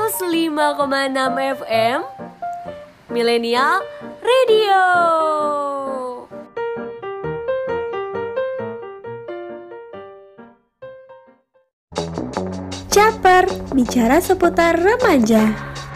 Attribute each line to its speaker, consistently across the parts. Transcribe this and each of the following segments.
Speaker 1: 105,6 FM Millennial Radio.
Speaker 2: Caper, bicara seputar remaja.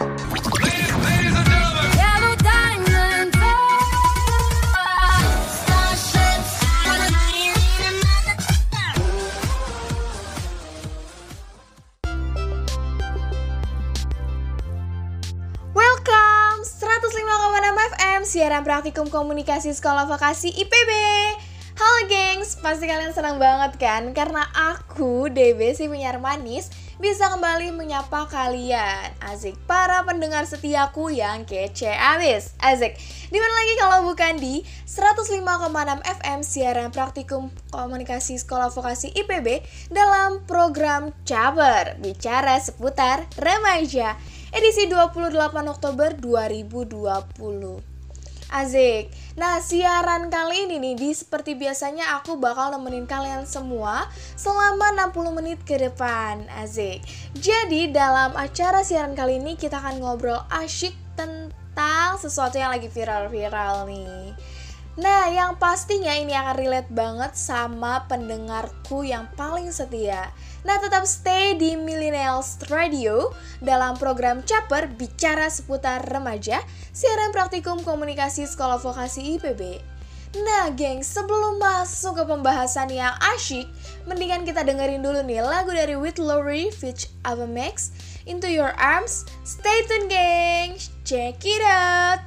Speaker 3: Welcome 105,6 FM, siaran praktikum komunikasi Sekolah Vokasi IPB. Halo gengs, pasti kalian senang banget kan? Karena aku, DB si penyiar manis, bisa kembali menyapa kalian. Asik, para pendengar setiaku yang kece abis. Asik, dimana lagi kalau bukan di 105,6 FM siaran praktikum komunikasi Sekolah Vokasi IPB dalam program Caper, bicara seputar remaja, edisi 28 Oktober 2020. Asik. Nah, siaran kali ini nih, seperti biasanya aku bakal nemenin kalian semua selama 60 menit ke depan. Asik. Jadi, dalam acara siaran kali ini kita akan ngobrol asyik tentang sesuatu yang lagi viral-viral nih. Nah, yang pastinya ini akan relate banget sama pendengarku yang paling setia. Nah, tetap stay di Millennials Radio dalam program Caper, bicara seputar remaja, siaran praktikum komunikasi Sekolah Vokasi IPB. Nah, geng, sebelum masuk ke pembahasan yang asyik, mendingan kita dengerin dulu nih lagu dari With Lowry feat. Avamax, Into Your Arms. Stay tune, geng. Check it out.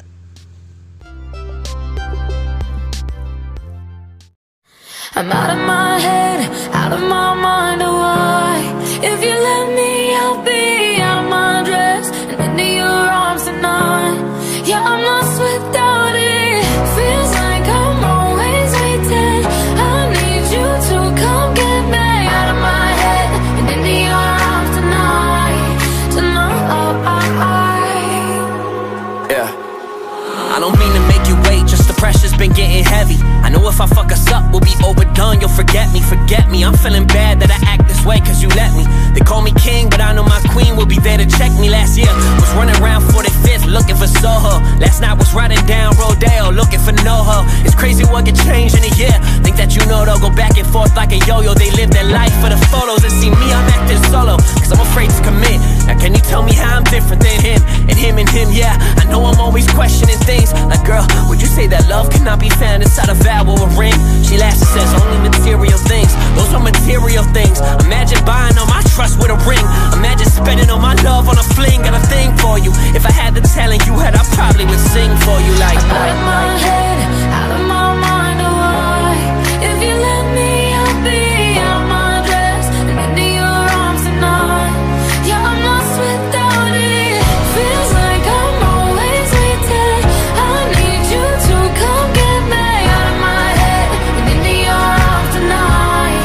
Speaker 4: I'm out of my head, out of my mind, oh why? If you let me, I'll be out of my dress and into your arms tonight. Yeah, I'm lost without it. Feels like I'm always waiting. I need you to come get me out of my head and into your arms tonight.
Speaker 5: Yeah, I don't mean to make you wait, just the pressure's been getting heavy. I know if I fuck us up, we'll be overdone. You'll forget me. I'm feeling bad that I act this way cause you let me. They call me king, but I know my queen will be there to check me. Last year, was running around 45th looking for Soho. Last night was riding down Rodeo looking for NoHo. It's crazy what can change in a year. Think that you know they'll go back and forth like a yo-yo. They live their life for the photos and see me, I'm acting solo cause I'm afraid to commit. Now can you tell me how I'm different than him? And him, yeah. I know I'm always questioning things like, girl, would you say that love cannot be found inside a vow or a ring? She laughs and says only material things. Those are material things. Imagine buying all my trust with a ring. Imagine spending all my love on a fling. Got a thing for you. If I had the talent you had, I probably would sing for you like
Speaker 4: I'm out of my head, out of my mind, oh why? If you let me, I'll be out of my dress and into your arms tonight. Yeah, I'm lost without it. Feels like I'm always waiting. I need you to come get me out of my head and into your arms tonight.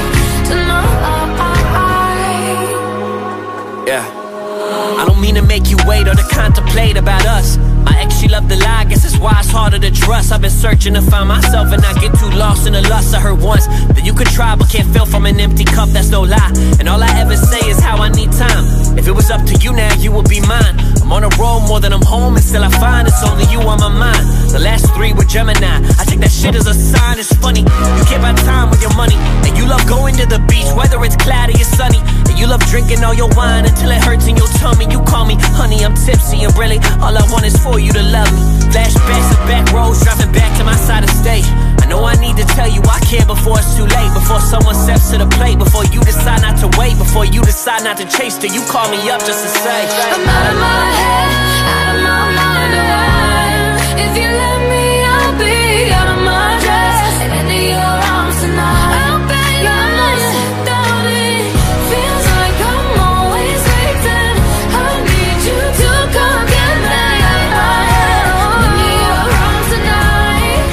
Speaker 5: Yeah, I don't mean to make you wait or to contemplate about us. My ex, she loved to lie, guess that's why it's harder to trust. I've been searching to find myself and not get too lost in the lust. I heard once that you could try but can't fill from an empty cup, that's no lie. And all I ever say is how I need time. If it was up to you now, you would be mine. I'm on a road more than I'm home, and still I find it's only you on my mind. The last three were Gemini, I take that shit as a sign. It's funny, you care about time with your money, and you love going to the beach, whether it's cloudy or sunny. And you love drinking all your wine until it hurts in your tummy. You call me honey, I'm tipsy, and really all I want is for you to love me. Flashbacks of back roads, driving back to my side of state. I know I need to tell you I care before it's too late. Before someone steps to the plate, before you decide not to wait, before you decide not to chase, till you call me up just to say
Speaker 4: I'm out of my head, out of my mind, oh why? If you let me, I'll be out of my dress and into your arms tonight. I'll be lost without it. Feels like I'm always waiting. I need you to come get me out of my head and into your arms tonight.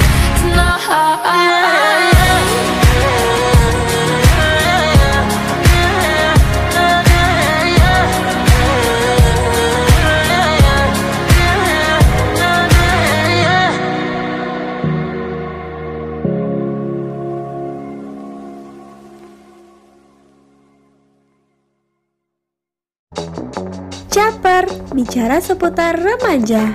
Speaker 2: bicara seputar remaja.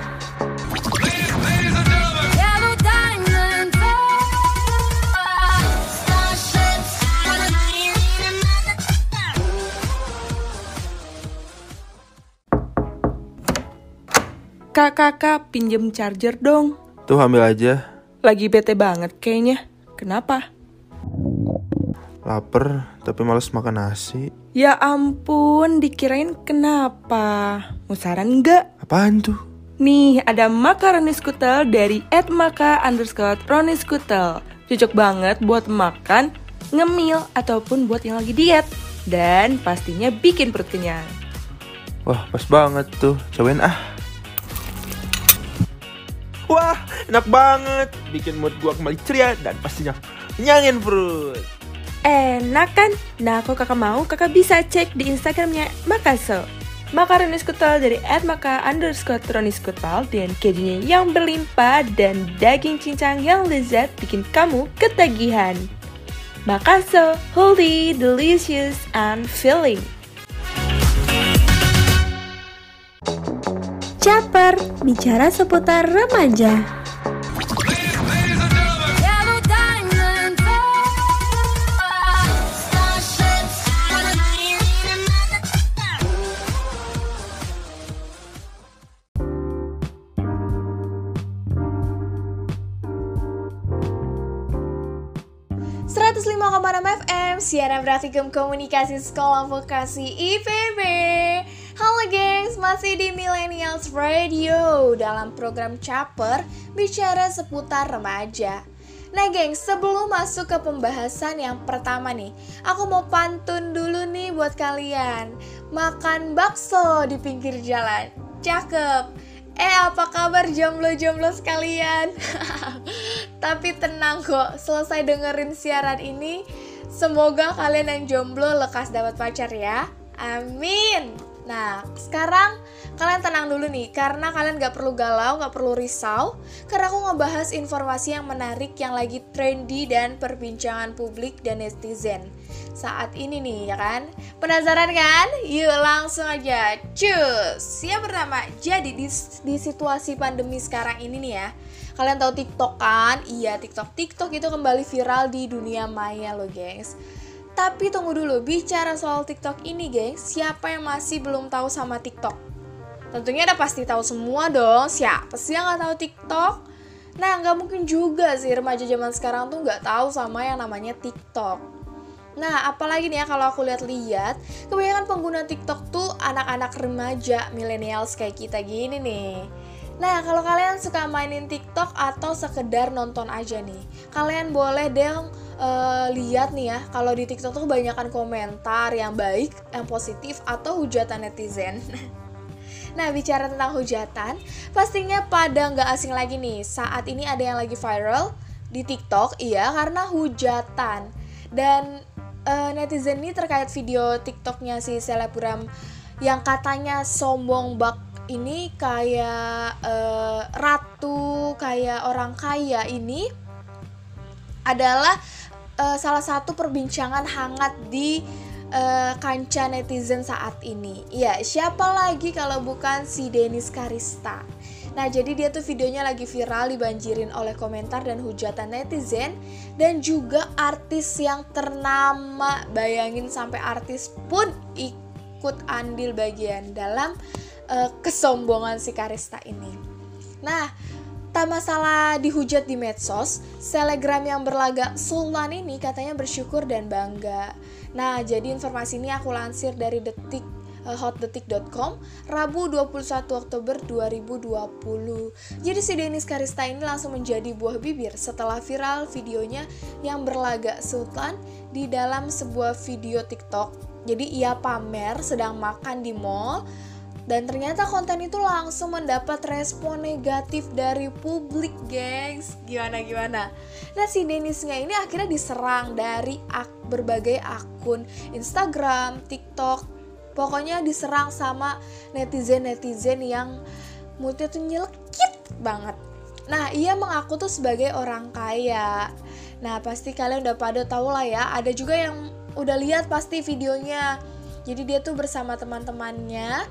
Speaker 6: Kak, pinjem charger dong.
Speaker 7: Tuh ambil aja.
Speaker 6: Lagi bete banget kayaknya. Kenapa?
Speaker 7: Laper, tapi males makan nasi.
Speaker 6: Ya ampun, dikirain kenapa? Mau saran nggak?
Speaker 7: Apaan tuh?
Speaker 6: Nih, ada makaroni skutel dari @maka_roniskutel. Cocok banget buat makan, ngemil, ataupun buat yang lagi diet. Dan pastinya bikin perut kenyang.
Speaker 7: Wah, pas banget tuh. Cobain ah. Wah, enak banget. Bikin mood gua kembali ceria dan pastinya kenyangin perut.
Speaker 6: Enak kan? Nah, kalau kakak mau, kakak bisa cek di Instagramnya Makaso. Makaroni skutel dari @maka_roniskutel dengan kejunya yang berlimpah dan daging cincang yang lezat bikin kamu ketagihan. Makaso, healthy, delicious, and filling.
Speaker 2: Caper, bicara seputar remaja.
Speaker 3: FM, siaran praktikum komunikasi Sekolah Vokasi IPB. Halo gengs, masih di Millennials Radio dalam program Caper, bicara seputar remaja. Nah gengs, sebelum masuk ke pembahasan yang pertama nih, aku mau pantun dulu nih buat kalian. Makan bakso di pinggir jalan, cakep. Apa kabar jomblo-jomblo sekalian? Tapi tenang kok, selesai dengerin siaran ini, semoga kalian yang jomblo lekas dapat pacar ya. Amin. Nah, sekarang kalian tenang dulu nih, karena kalian gak perlu galau, gak perlu risau, karena aku ngebahas informasi yang menarik yang lagi trendy dan perbincangan publik dan netizen saat ini nih, ya kan? Penasaran kan? Yuk langsung aja, cus! Yang pertama, jadi di situasi pandemi sekarang ini nih ya, kalian tahu TikTok kan? Iya, TikTok itu kembali viral di dunia maya loh gengs. Tapi tunggu dulu, bicara soal TikTok ini gengs, siapa yang masih belum tahu sama TikTok? Tentunya udah pasti tahu semua dong, siapa sih yang gak tahu TikTok? Nah, gak mungkin juga sih remaja zaman sekarang tuh gak tahu sama yang namanya TikTok. Nah, apalagi nih ya kalau aku lihat-lihat, kebanyakan pengguna TikTok tuh anak-anak remaja, millennials kayak kita gini nih. Nah, kalau kalian suka mainin TikTok atau sekedar nonton aja nih, kalian boleh dong lihat nih ya, kalau di TikTok tuh kebanyakan komentar yang baik, yang positif, atau hujatan netizen. Nah, bicara tentang hujatan, pastinya pada nggak asing lagi nih, saat ini ada yang lagi viral di TikTok, iya, karena hujatan. Dan netizen ini terkait video TikToknya si selebgram yang katanya sombong bak ini kayak ratu, kayak orang kaya ini adalah salah satu perbincangan hangat di kancah netizen saat ini. Ya, siapa lagi kalau bukan si Denis Karista. Nah, jadi dia tuh videonya lagi viral, dibanjirin oleh komentar dan hujatan netizen dan juga artis yang ternama. Bayangin sampai artis pun ikut andil bagian dalam kesombongan si Karista ini. Nah, tak masalah dihujat di medsos, selebgram yang berlagak Sultan ini katanya bersyukur dan bangga. Nah, jadi informasi ini aku lansir dari hotdetik.com Rabu 21 Oktober 2020. Jadi si Denis Karista ini langsung menjadi buah bibir setelah viral videonya yang berlagak Sultan di dalam sebuah video TikTok. Jadi ia pamer sedang makan di mall. Dan ternyata konten itu langsung mendapat respon negatif dari publik, gengs. Gimana? Nah, si Denisnya ini akhirnya diserang dari berbagai akun Instagram, TikTok. Pokoknya diserang sama netizen-netizen yang moodnya tuh nyelekit banget. Nah, ia mengaku tuh sebagai orang kaya. Nah, pasti kalian udah pada tahu lah ya. Ada juga yang udah lihat pasti videonya. Jadi dia tuh bersama teman-temannya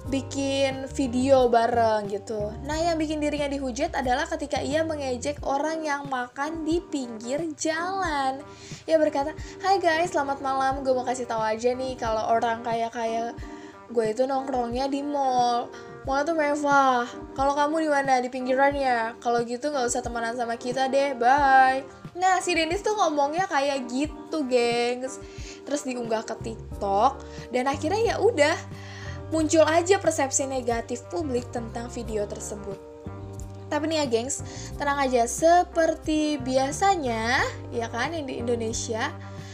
Speaker 3: bikin video bareng gitu. Nah, yang bikin dirinya dihujat adalah ketika ia mengejek orang yang makan di pinggir jalan. Ia berkata, "Hai guys, selamat malam. Gue mau kasih tahu aja nih kalau orang kayak gue itu nongkrongnya di mall. Mall tuh mewah. Kalau kamu di mana? Di pinggirannya. Kalau gitu nggak usah temenan sama kita deh. Bye." Nah, si Dennis tuh ngomongnya kayak gitu, gengs. Terus diunggah ke TikTok dan akhirnya ya udah muncul aja persepsi negatif publik tentang video tersebut. Tapi nih ya gengs, tenang aja, seperti biasanya ya kan yang di Indonesia,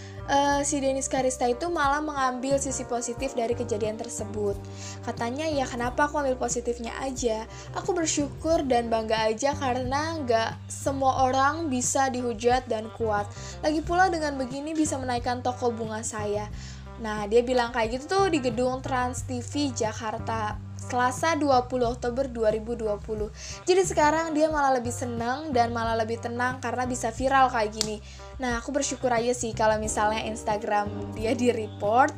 Speaker 3: si Dennis Karista itu malah mengambil sisi positif dari kejadian tersebut. Katanya ya kenapa aku ambil positifnya aja, aku bersyukur dan bangga aja karena gak semua orang bisa dihujat dan kuat. Lagi pula dengan begini bisa menaikkan toko bunga saya. Nah, dia bilang kayak gitu tuh di gedung Trans TV Jakarta Selasa 20 Oktober 2020. Jadi sekarang dia malah lebih senang dan malah lebih tenang karena bisa viral kayak gini. Nah, aku bersyukur aja sih kalau misalnya Instagram dia di-report,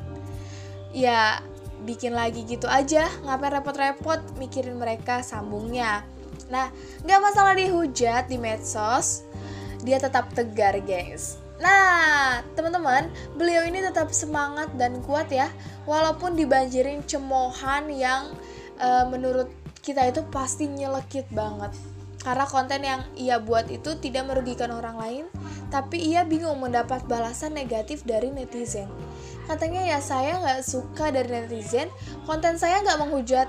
Speaker 3: ya bikin lagi gitu aja, ngapain repot-repot mikirin mereka sambungnya. Nah, gak masalah dihujat di medsos, dia tetap tegar guys. Nah, teman-teman, beliau ini tetap semangat dan kuat ya, walaupun dibanjirin cemoohan yang menurut kita itu pasti nyelekit banget. Karena konten yang ia buat itu tidak merugikan orang lain, tapi ia bingung mendapat balasan negatif dari netizen. Katanya ya saya nggak suka dari netizen, konten saya nggak menghujat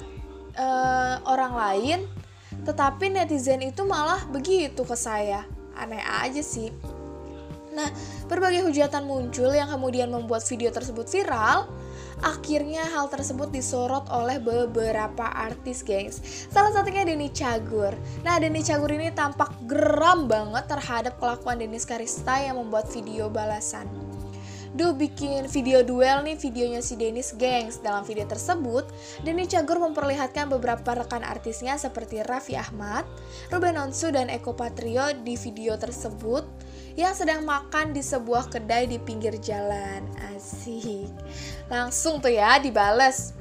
Speaker 3: orang lain, tetapi netizen itu malah begitu ke saya. Aneh aja sih. Nah, berbagai hujatan muncul yang kemudian membuat video tersebut viral. Akhirnya hal tersebut disorot oleh beberapa artis, gengs. Salah satunya Denny Cagur. Nah, Denny Cagur ini tampak geram banget terhadap kelakuan Dennis Karista yang membuat video balasan. Duh, bikin video duel nih videonya si Dennis, gengs. Dalam video tersebut, Denny Cagur memperlihatkan beberapa rekan artisnya seperti Raffi Ahmad, Ruben Onsu, dan Eko Patrio di video tersebut yang sedang makan di sebuah kedai di pinggir jalan. Asik. Langsung tuh ya dibales.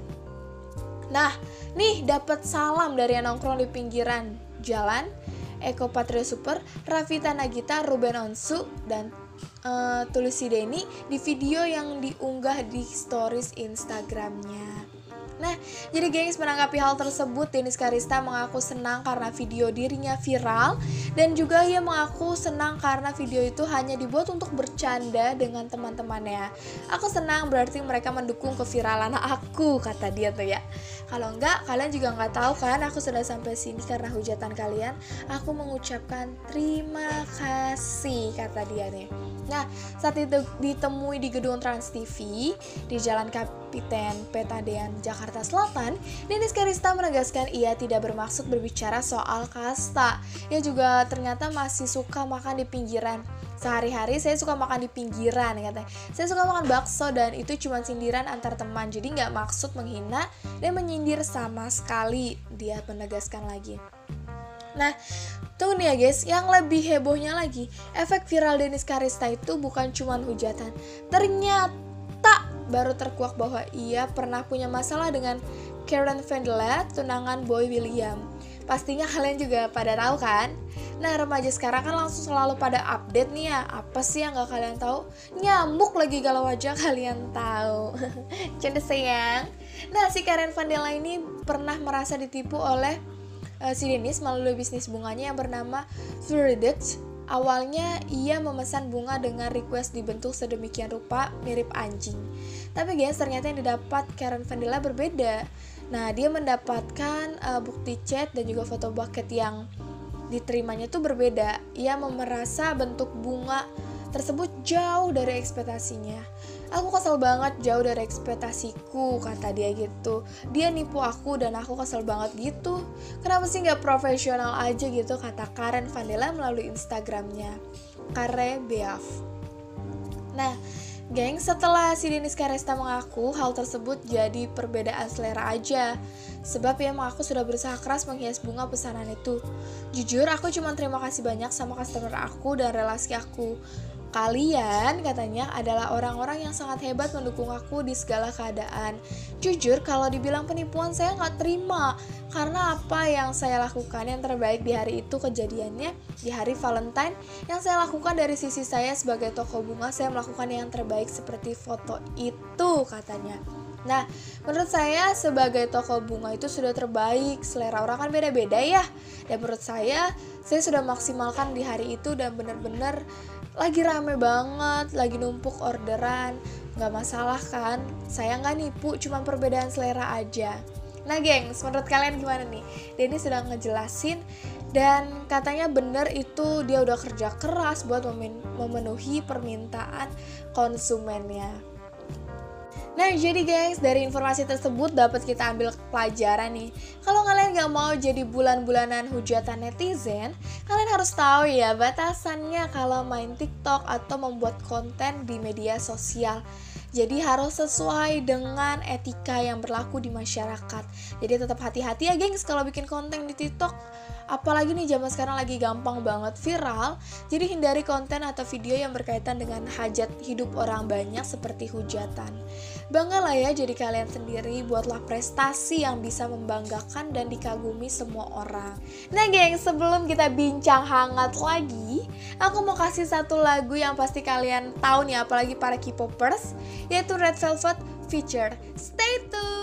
Speaker 3: Nah, nih dapat salam dari yang nongkrong di pinggiran jalan, Eko Patrio Super, Rafita Nagita, Ruben Onsu, dan tulis si Denny di video yang diunggah di stories Instagramnya. Nah, jadi gengs, menanggapi hal tersebut, Dennis Karista mengaku senang karena video dirinya viral, dan juga ia mengaku senang karena video itu hanya dibuat untuk bercanda dengan teman-temannya. Aku senang berarti mereka mendukung keviralan aku, kata dia tuh ya. Kalau enggak, kalian juga nggak tahu kan aku sudah sampai sini karena hujatan kalian. Aku mengucapkan terima kasih, kata dia nih. Nah, saat itu ditemui di gedung Trans TV di Jalan Kapiten Petadean, Jakarta Selatan, Dennis Karista menegaskan ia tidak bermaksud berbicara soal kasta. Ia juga ternyata masih suka makan di pinggiran. Sehari-hari saya suka makan di pinggiran, katanya. Saya suka makan bakso dan itu cuma sindiran antar teman, jadi nggak maksud menghina dan menyindir sama sekali, dia menegaskan lagi. Nah, tunggu nih ya guys, yang lebih hebohnya lagi, efek viral Dennis Karista itu bukan cuma hujatan. Ternyata baru terkuak bahwa ia pernah punya masalah dengan Karen Vandela, tunangan Boy William. Pastinya kalian juga pada tahu kan? Nah, remaja sekarang kan langsung selalu pada update nih ya. Apa sih yang gak kalian tahu? Nyamuk lagi galau aja kalian tahu. Canda sayang. Nah, si Karen Vandela ini pernah merasa ditipu oleh si Dennis melalui bisnis bunganya yang bernama Veridex. Awalnya ia memesan bunga dengan request dibentuk sedemikian rupa mirip anjing. Tapi guys, ternyata yang didapat Karen Vandela berbeda. Nah, dia mendapatkan bukti chat dan juga foto buket yang diterimanya tuh berbeda. Ia merasa bentuk bunga tersebut jauh dari ekspektasinya. Aku kesel banget, jauh dari ekspektasiku, kata dia gitu. Dia nipu aku dan aku kesel banget gitu. Kenapa sih gak profesional aja gitu, kata Karen Vandela melalui Instagramnya, Kare Beaf. Nah, geng, setelah si Dennis Karista mengaku hal tersebut jadi perbedaan selera aja. Sebab ia mengaku sudah berusaha keras menghias bunga pesanan itu. Jujur, aku cuma terima kasih banyak sama customer aku dan relasi aku. Kalian katanya adalah orang-orang yang sangat hebat mendukung aku di segala keadaan. Jujur kalau dibilang penipuan saya nggak terima, karena apa yang saya lakukan yang terbaik di hari itu kejadiannya di hari Valentine. Yang saya lakukan dari sisi saya sebagai toko bunga, saya melakukan yang terbaik seperti foto itu katanya. Nah, menurut saya sebagai toko bunga itu sudah terbaik. Selera orang kan beda-beda ya. Dan menurut saya sudah maksimalkan di hari itu dan benar-benar lagi rame banget, lagi numpuk orderan. Gak masalah kan, saya gak nipu, cuma perbedaan selera aja. Nah gengs, menurut kalian gimana nih? Denny sudah ngejelasin dan katanya bener itu dia udah kerja keras buat memenuhi permintaan konsumennya. Nah jadi guys, dari informasi tersebut dapat kita ambil pelajaran nih. Kalau kalian gak mau jadi bulan-bulanan hujatan netizen, kalian harus tahu ya batasannya kalau main TikTok atau membuat konten di media sosial. Jadi harus sesuai dengan etika yang berlaku di masyarakat. Jadi tetap hati-hati ya gengs kalau bikin konten di TikTok. Apalagi nih zaman sekarang lagi gampang banget viral. Jadi hindari konten atau video yang berkaitan dengan hajat hidup orang banyak seperti hujatan. Banggalah ya jadi kalian sendiri, buatlah prestasi yang bisa membanggakan dan dikagumi semua orang. Nah geng, sebelum kita bincang hangat lagi, aku mau kasih satu lagu yang pasti kalian tahu nih, apalagi para K-popers, yaitu Red Velvet feature Stay Tuned.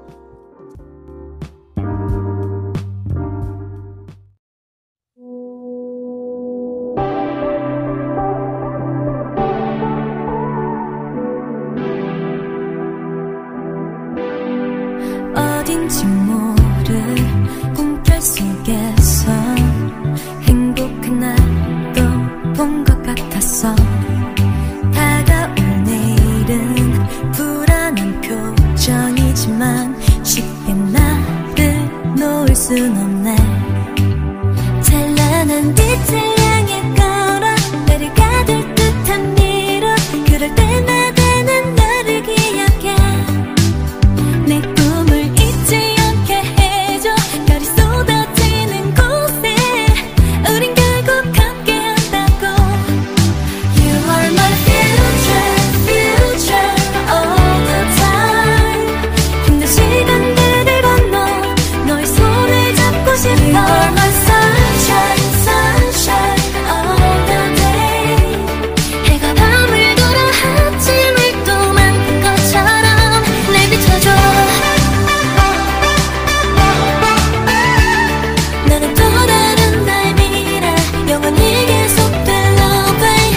Speaker 4: 어딘지 모를 꿈결 속에서 행복한 날도 본 것 같았어. 다가올 내일은 불안한 표정이지만 쉽게 나를 놓을 순 없네. 찬란한 빛을 향해 걸어 나를 가둘 듯한 미로, 그럴 때마다 난 너를 기억해. 내 꿈을 잊지 않게 해줘. 별이 쏟아지는 곳에 우린 결국 함께 한다고. You are my future, future all the time. 힘든 시간들을 건너 너의 손을 잡고 싶어. You are my sunshine, sunshine all the day. 해가 밤을 돌아 아침을 또 만든 것처럼 날 비춰줘. 나는 또 다른 날 미래, 영원히 계속될 love way.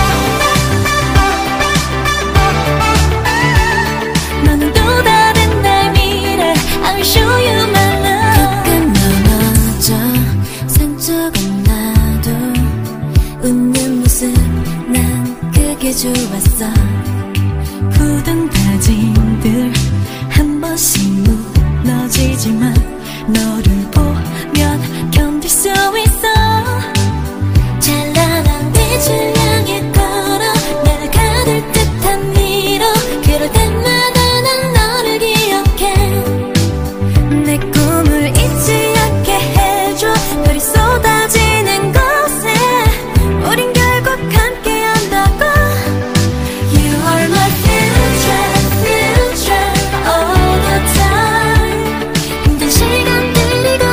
Speaker 4: 너는 또 다른 날 미래, I'll show you my love. 가끔 넘어져 상처가 나도 웃는 모습 난 그게 좋았어. 굳은 다짐들 한 번씩 무너지지만 너를 보면 견딜 수 있어. 찬란한 빛을 향해 걸어 나를 가둘 듯한 미로, 그럴 때마다 난 너를 기억해. 내 꿈을 잊지 않게 해줘. 별이 쏟아지는 곳에 우린 결국 함께 한다고. You are my future, future all the time. 힘든 시간들이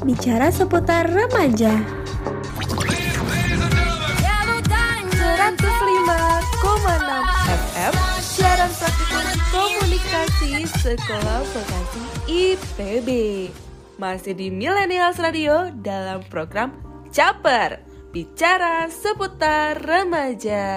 Speaker 2: bicara seputar remaja.
Speaker 6: 105,6 FM, siaran praktikum komunikasi Sekolah Vokasi IPB. Masih di Millennials Radio dalam program Caper, bicara seputar remaja.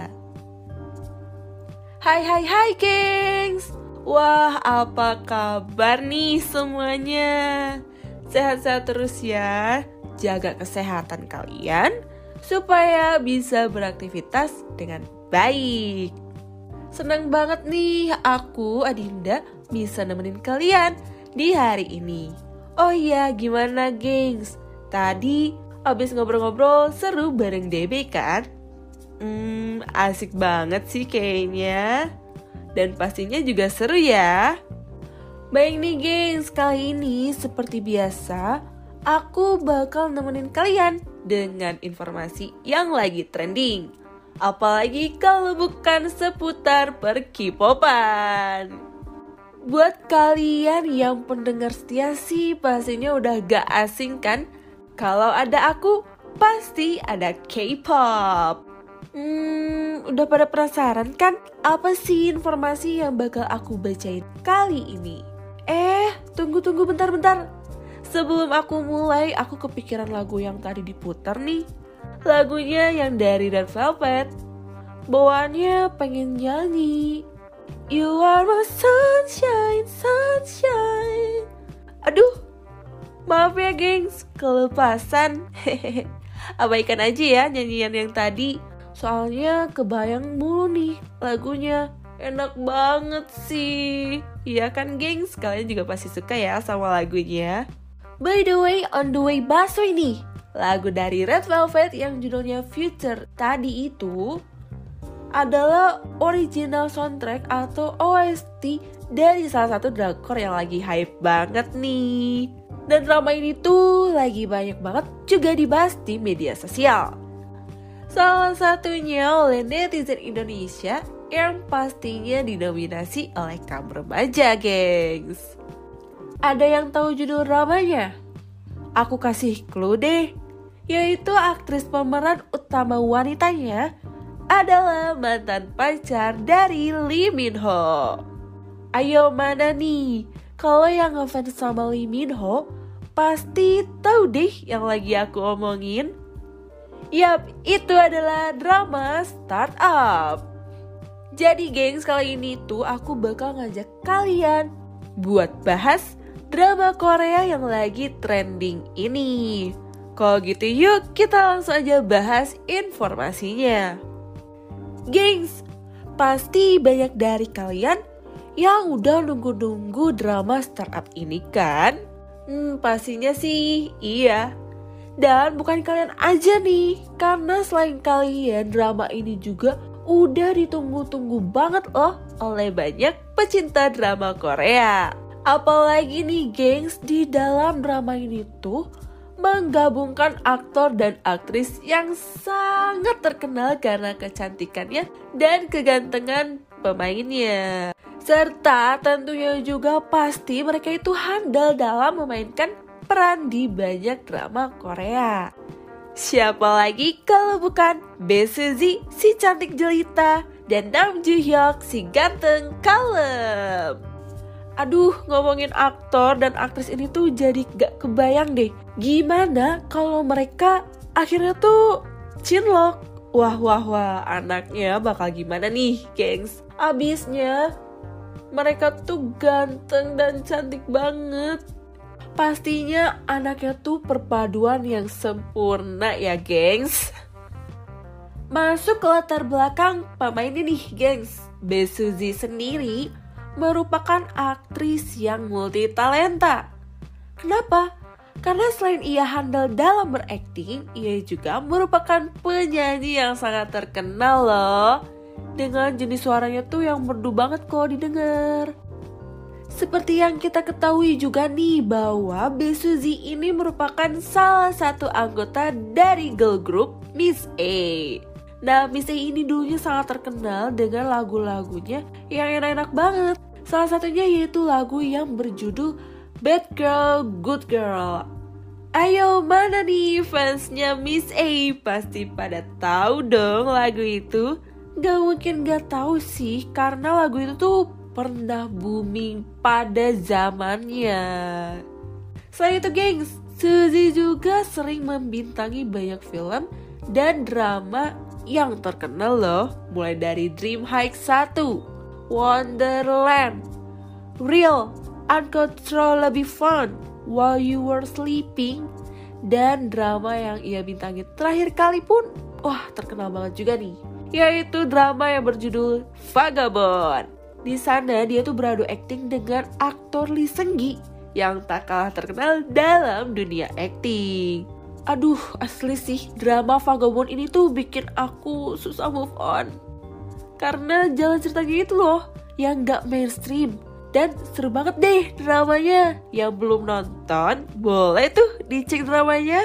Speaker 6: Hai gengs. Wah, apa kabar nih semuanya? Sehat-sehat terus ya. Jaga kesehatan kalian supaya bisa beraktivitas dengan baik. Senang banget nih aku, Adinda, bisa nemenin kalian di hari ini. Oh iya, gimana gengs? Tadi abis ngobrol-ngobrol seru bareng DB kan? Asik banget sih kayaknya. Dan pastinya juga seru ya. Baik nih gengs, kali ini seperti biasa aku bakal nemenin kalian dengan informasi yang lagi trending. Apalagi kalau bukan seputar per-K-popan. Buat kalian yang pendengar setia sih pastinya udah gak asing kan? Kalau ada aku, pasti ada K-pop. Udah pada penasaran kan? Apa sih informasi yang bakal aku bacain kali ini? Tunggu bentar. Sebelum aku mulai, aku kepikiran lagu yang tadi diputar nih. Lagunya yang dari Red Velvet. Bawaannya pengen nyanyi. You are my sunshine. Aduh, maaf ya gengs, kelepasan. Abaikan aja ya nyanyian yang tadi. Soalnya kebayang mulu nih lagunya. Enak banget sih. Iya kan gengs, kalian juga pasti suka ya sama lagunya. By the way, on the way Busway nih. Lagu dari Red Velvet yang judulnya Future tadi itu adalah original soundtrack atau OST dari salah satu drakor yang lagi hype banget nih. Dan drama ini tuh lagi banyak banget juga dibahas di media sosial. Salah satunya oleh netizen Indonesia yang pastinya didominasi oleh kaum remaja, gengs. Ada yang tahu judul dramanya? Aku kasih clue deh, yaitu aktris pemeran utama wanitanya adalah mantan pacar dari Lee Min Ho. Ayo mana nih? Kalau yang ngefans sama Lee Min Ho, pasti tahu deh yang lagi aku omongin. Yap, itu adalah drama Startup. Jadi gengs, kali ini tuh aku bakal ngajak kalian buat bahas drama Korea yang lagi trending ini. Kalau gitu yuk kita langsung aja bahas informasinya. Gengs, pasti banyak dari kalian yang udah nunggu-nunggu drama Startup ini kan? Pastinya sih iya. Dan bukan kalian aja nih, karena selain kalian, drama ini juga udah ditunggu-tunggu banget loh oleh banyak pecinta drama Korea. Apalagi nih gengs, di dalam drama ini tuh menggabungkan aktor dan aktris yang sangat terkenal karena kecantikannya dan kegantengan pemainnya. Serta tentunya juga pasti mereka itu handal dalam memainkan peran di banyak drama Korea. Siapa lagi kalau bukan Bae Suzy si cantik jelita dan Nam Joo Hyuk si ganteng kalem. Aduh, ngomongin aktor dan aktris ini tuh jadi gak kebayang deh gimana kalau mereka akhirnya tuh cinlok. Wah, anaknya bakal gimana nih gengs? Abisnya mereka tuh ganteng dan cantik banget. Pastinya anaknya tuh perpaduan yang sempurna ya gengs. Masuk ke latar belakang pemainnya nih gengs. Bae Suzy sendiri merupakan aktris yang multi talenta. Kenapa? Karena selain ia handal dalam berakting, ia juga merupakan penyanyi yang sangat terkenal loh. Dengan jenis suaranya tuh yang merdu banget kalau didengar. Seperti yang kita ketahui juga nih bahwa Bae Suzy ini merupakan salah satu anggota dari girl group Miss A. Nah, Miss A ini dulunya sangat terkenal dengan lagu-lagunya yang enak-enak banget. Salah satunya yaitu lagu yang berjudul Bad Girl, Good Girl. Ayo, mana nih fansnya Miss A? Pasti pada tahu dong lagu itu. Gak mungkin gak tahu sih, karena lagu itu tuh pernah booming pada zamannya. Selain itu gengs, Suzy juga sering membintangi banyak film dan drama yang terkenal loh. Mulai dari Dream High 1, Wonderland, Real, Uncontrollably Fun, While You Were Sleeping, dan drama yang ia bintangi terakhir kali pun wah terkenal banget juga nih, yaitu drama yang berjudul Vagabond. Di sana dia tuh beradu akting dengan aktor Lee Seung Gi yang tak kalah terkenal dalam dunia akting. Aduh, asli sih drama Vagabond ini tuh bikin aku susah move on, karena jalan ceritanya itu loh yang gak mainstream. Dan seru banget deh dramanya. Yang belum nonton, boleh tuh dicek dramanya.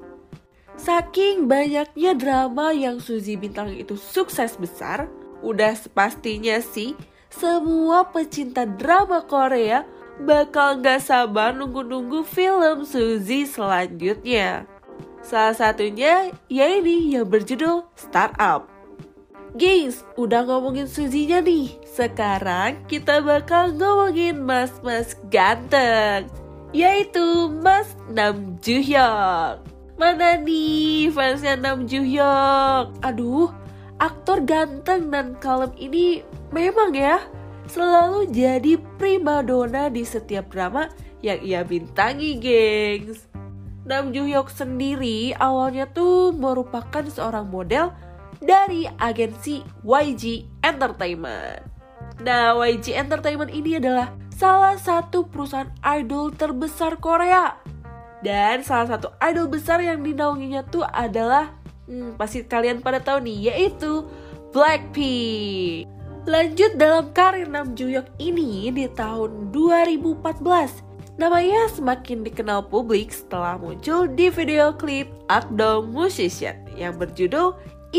Speaker 6: Saking banyaknya drama yang Suzy bintangi itu sukses besar, udah sepastinya sih semua pecinta drama Korea bakal gak sabar nunggu-nunggu film Suzy selanjutnya. Salah satunya ya ini yang berjudul Startup. Gengs, udah ngomongin Suzy-nya nih. Sekarang kita bakal ngomongin mas-mas ganteng, yaitu Mas Nam Joo Hyuk. Mana nih fansnya Nam Joo Hyuk? Aduh, aktor ganteng dan kalem ini memang ya selalu jadi primadona di setiap drama yang ia bintangi, gengs. Nam Joo Hyuk sendiri awalnya tuh merupakan seorang model dari agensi YG Entertainment. Nah, YG Entertainment ini adalah salah satu perusahaan idol terbesar Korea. Dan salah satu idol besar yang dinaunginya tuh adalah pasti kalian pada tahu nih, yaitu Blackpink. Lanjut dalam karir Nam Joo Hyuk ini di tahun 2014, namanya semakin dikenal publik setelah muncul di video klip Akdong Musician yang berjudul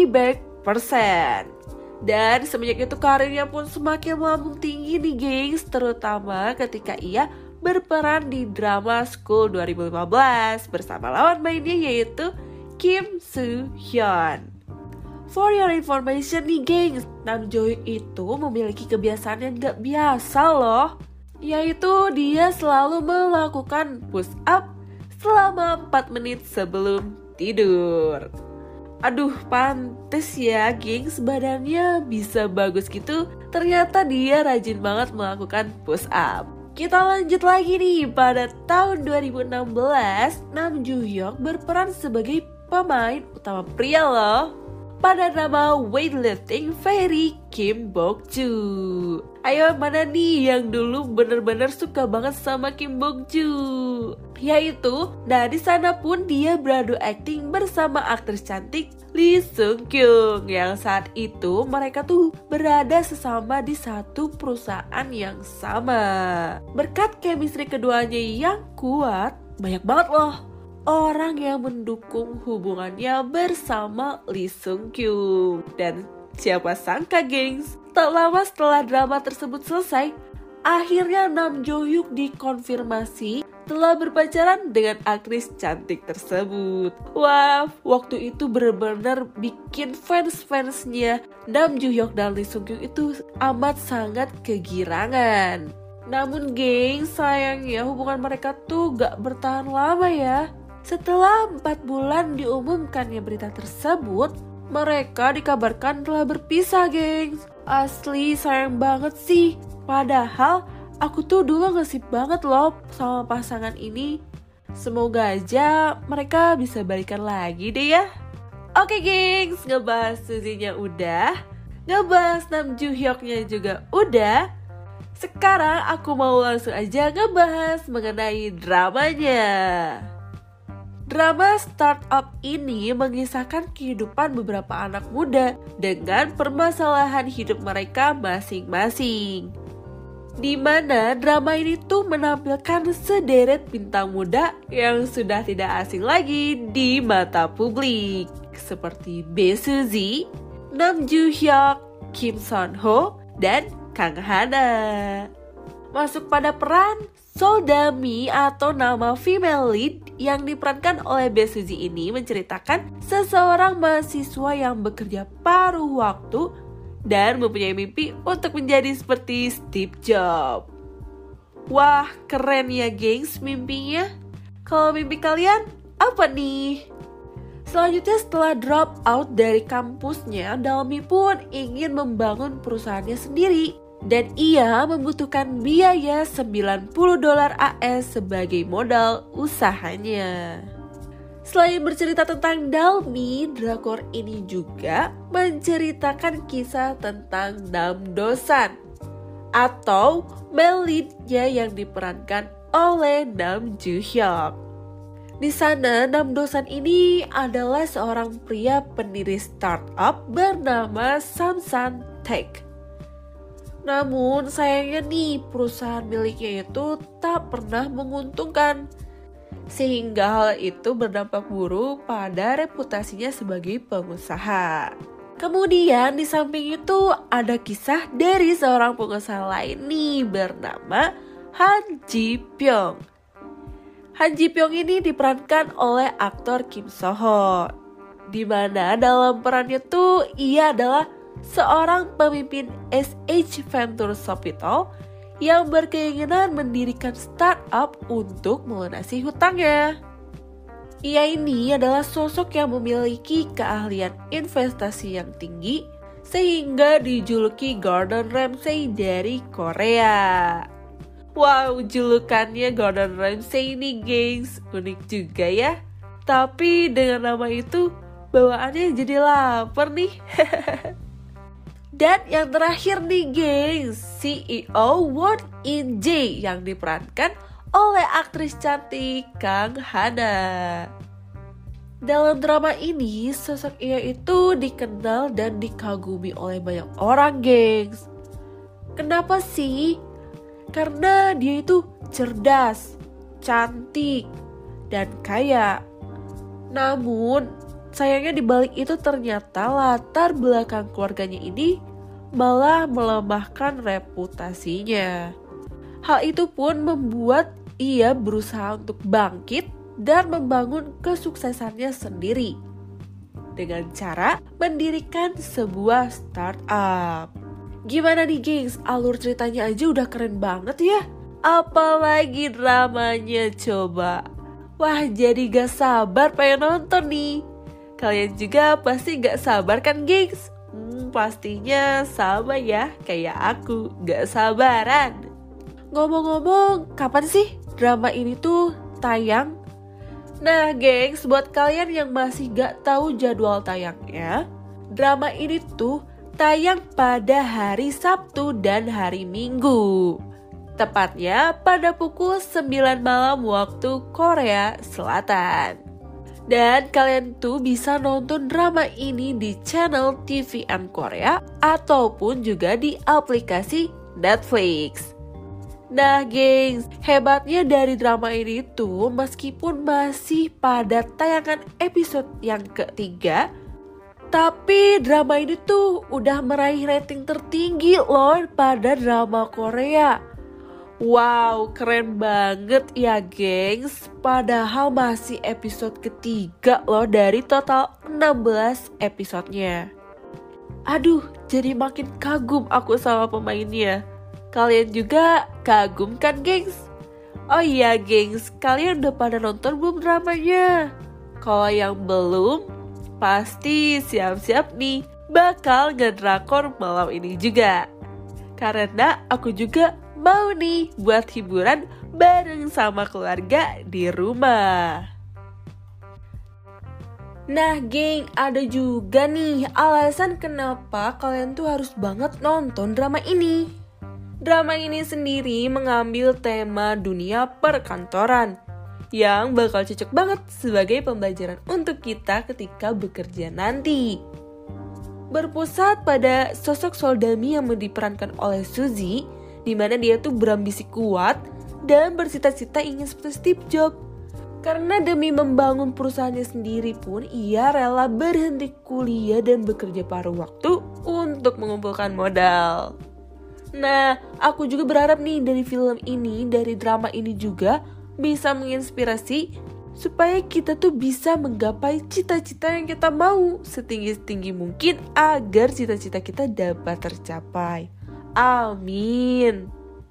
Speaker 6: Ibaek%. Dan semenjak itu karirnya pun semakin melambung tinggi nih gengs, terutama ketika ia berperan di drama School 2015 bersama lawan mainnya yaitu Kim Soo Hyun. For your information nih gengs, Nam Joo Hyuk itu memiliki kebiasaan yang gak biasa loh, yaitu dia selalu melakukan push up selama 4 menit sebelum tidur. Aduh, pantes ya gengs, badannya bisa bagus gitu. Ternyata dia rajin banget melakukan push up. Kita lanjut lagi nih, pada tahun 2016 Nam Joo Hyuk berperan sebagai pemain utama pria loh pada drama Weightlifting Fairy Kim Bok-joo. Ayo, mana nih yang dulu bener-bener suka banget sama Kim Bok-joo? Yaitu, nah di sana pun dia beradu akting bersama aktris cantik Lee Seung Kyung, yang saat itu mereka tuh berada sesama di satu perusahaan yang sama. Berkat chemistry keduanya yang kuat, banyak banget loh orang yang mendukung hubungannya bersama Lee Seung Kyung. Dan siapa sangka gengs, tak lama setelah drama tersebut selesai, akhirnya Nam Joo Hyuk dikonfirmasi telah berpacaran dengan aktris cantik tersebut. Wah, waktu itu benar-benar bikin fans-fansnya Nam Joo Hyuk dan Lee Seung Kyung itu amat sangat kegirangan. Namun gengs, sayangnya hubungan mereka tuh gak bertahan lama ya. Setelah 4 bulan diumumkannya berita tersebut, mereka dikabarkan telah berpisah gengs. Asli sayang banget sih. Padahal aku tuh dulu ngesip banget loh sama pasangan ini. Semoga aja mereka bisa balikan lagi deh ya. Oke gengs, ngebahas Suzy-nya udah, ngebahas Nam Joo Hyuk-nya juga udah. Sekarang aku mau langsung aja ngebahas mengenai dramanya. Drama Startup ini mengisahkan kehidupan beberapa anak muda dengan permasalahan hidup mereka masing-masing. Di mana drama ini tuh menampilkan sederet bintang muda yang sudah tidak asing lagi di mata publik, seperti Bae Suzy, Nam Joo Hyuk, Kim Son Ho, dan Kang Hana. masuk pada peran Soldami atau nama female lead yang diperankan oleh Bae Suzy ini menceritakan seseorang mahasiswa yang bekerja paruh waktu dan mempunyai mimpi untuk menjadi seperti Steve Jobs. Wah, keren ya gengs mimpinya. Kalau mimpi kalian apa nih? Selanjutnya setelah drop out dari kampusnya, Dalmi pun ingin membangun perusahaannya sendiri. Dan ia membutuhkan biaya $90 AS sebagai modal usahanya. Selain bercerita tentang Dalmi, drakor ini juga menceritakan kisah tentang Namdosan atau male lead-nya yang diperankan oleh Nam Joo Hyuk. Di sana, Namdosan ini adalah seorang pria pendiri startup bernama Samsan Tech. Namun sayangnya nih, perusahaan miliknya itu tak pernah menguntungkan. Sehingga hal itu berdampak buruk pada reputasinya sebagai pengusaha. Kemudian di samping itu ada kisah dari seorang pengusaha lain nih bernama Han Ji Pyong. Han Ji Pyong ini diperankan oleh aktor Kim So Ho. Di mana dalam perannya tuh ia adalah seorang pemimpin SH Venture Capital yang berkeinginan mendirikan startup untuk melunasi hutangnya. Ia ini adalah sosok yang memiliki keahlian investasi yang tinggi sehingga dijuluki Gordon Ramsay dari Korea. Wow, julukannya Gordon Ramsay ini gengs, unik juga ya. Tapi dengan nama itu bawaannya jadi lapar nih. Dan yang terakhir nih gengs, CEO Won In Jae yang diperankan oleh aktris cantik Kang Hana. Dalam drama ini, sosok ia itu dikenal dan dikagumi oleh banyak orang gengs. Kenapa sih? Karena dia itu cerdas, cantik, dan kaya. Namun, sayangnya dibalik itu ternyata latar belakang keluarganya ini malah melemahkan reputasinya. Hal itu pun membuat ia berusaha untuk bangkit dan membangun kesuksesannya sendiri dengan cara mendirikan sebuah startup. Gimana nih gengs, alur ceritanya aja udah keren banget ya. Apalagi dramanya coba. Wah, jadi gak sabar pengen nonton nih. Kalian juga pasti gak sabar kan gengs? Pastinya sama ya, kayak aku gak sabaran. Ngomong-ngomong, kapan sih drama ini tuh tayang? Nah gengs, buat kalian yang masih gak tahu jadwal tayangnya, drama ini tuh tayang pada hari Sabtu dan hari Minggu. Tepatnya pada pukul 9 malam waktu Korea Selatan. Dan kalian tuh bisa nonton drama ini di channel TVN Korea ataupun juga di aplikasi Netflix. Nah gengs, hebatnya dari drama ini tuh meskipun masih pada tayangan episode yang ketiga, tapi drama ini tuh udah meraih rating tertinggi loh pada drama Korea. Wow, keren banget ya gengs. Padahal masih episode ketiga loh dari total 16 episodenya. Aduh, jadi makin kagum aku sama pemainnya. Kalian juga kagum kan gengs? Oh iya gengs, kalian udah pada nonton belum dramanya? Kalau yang belum, pasti siap-siap nih bakal ngedrakor malam ini juga. Karena aku juga mau nih buat hiburan bareng sama keluarga di rumah. Nah geng, ada juga nih alasan kenapa kalian tuh harus banget nonton drama ini. Drama ini sendiri mengambil tema dunia perkantoran yang bakal cocok banget sebagai pembelajaran untuk kita ketika bekerja nanti. Berpusat pada sosok Soldami yang diperankan oleh Suzy, di mana dia tuh berambisi kuat dan bercita-cita ingin seperti Steve Jobs. Karena demi membangun perusahaannya sendiri pun ia rela berhenti kuliah dan bekerja paruh waktu untuk mengumpulkan modal. Nah, aku juga berharap nih dari film ini, dari drama ini juga bisa menginspirasi supaya kita tuh bisa menggapai cita-cita yang kita mau setinggi-tinggi mungkin agar cita-cita kita dapat tercapai. Amin.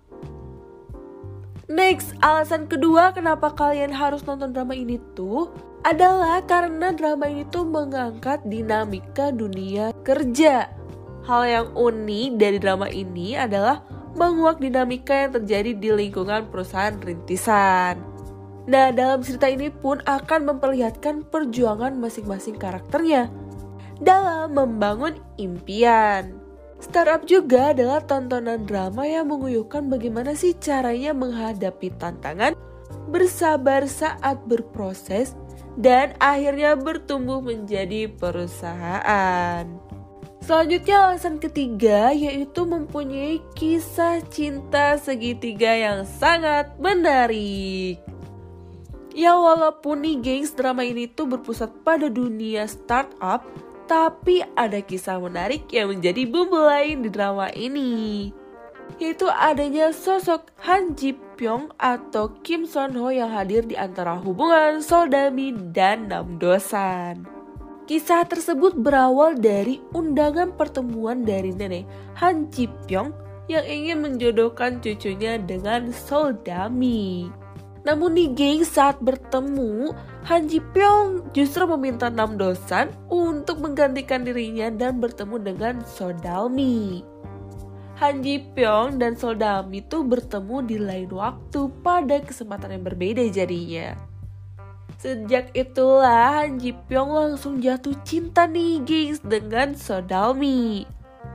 Speaker 6: Next, alasan kedua kenapa kalian harus nonton drama ini tuh adalah karena drama ini tuh mengangkat dinamika dunia kerja. Hal yang unik dari drama ini adalah menguak dinamika yang terjadi di lingkungan perusahaan rintisan. Nah, dalam cerita ini pun akan memperlihatkan perjuangan masing-masing karakternya dalam membangun impian. Startup juga adalah tontonan drama yang mengujukan bagaimana sih caranya menghadapi tantangan, bersabar saat berproses, dan akhirnya bertumbuh menjadi perusahaan. Selanjutnya alasan ketiga yaitu mempunyai kisah cinta segitiga yang sangat menarik. Ya walaupun nih gengs drama ini tuh berpusat pada dunia startup, tapi ada kisah menarik yang menjadi bumbu lain di drama ini. Yaitu adanya sosok Han Ji Pyong atau Kim Son Ho yang hadir di antara hubungan Soldami dan Namdosan. Kisah tersebut berawal dari undangan pertemuan dari nenek Han Ji Pyong yang ingin menjodohkan cucunya dengan Soldami. Namun nih geng, saat bertemu, Han Ji Pyong justru meminta Namdosan untuk menggantikan dirinya dan bertemu dengan Soldami. Han Ji Pyong dan Soldami tuh bertemu di lain waktu pada kesempatan yang berbeda jadinya. Sejak itulah Han Ji Pyong langsung jatuh cinta nih gengs dengan Soldami.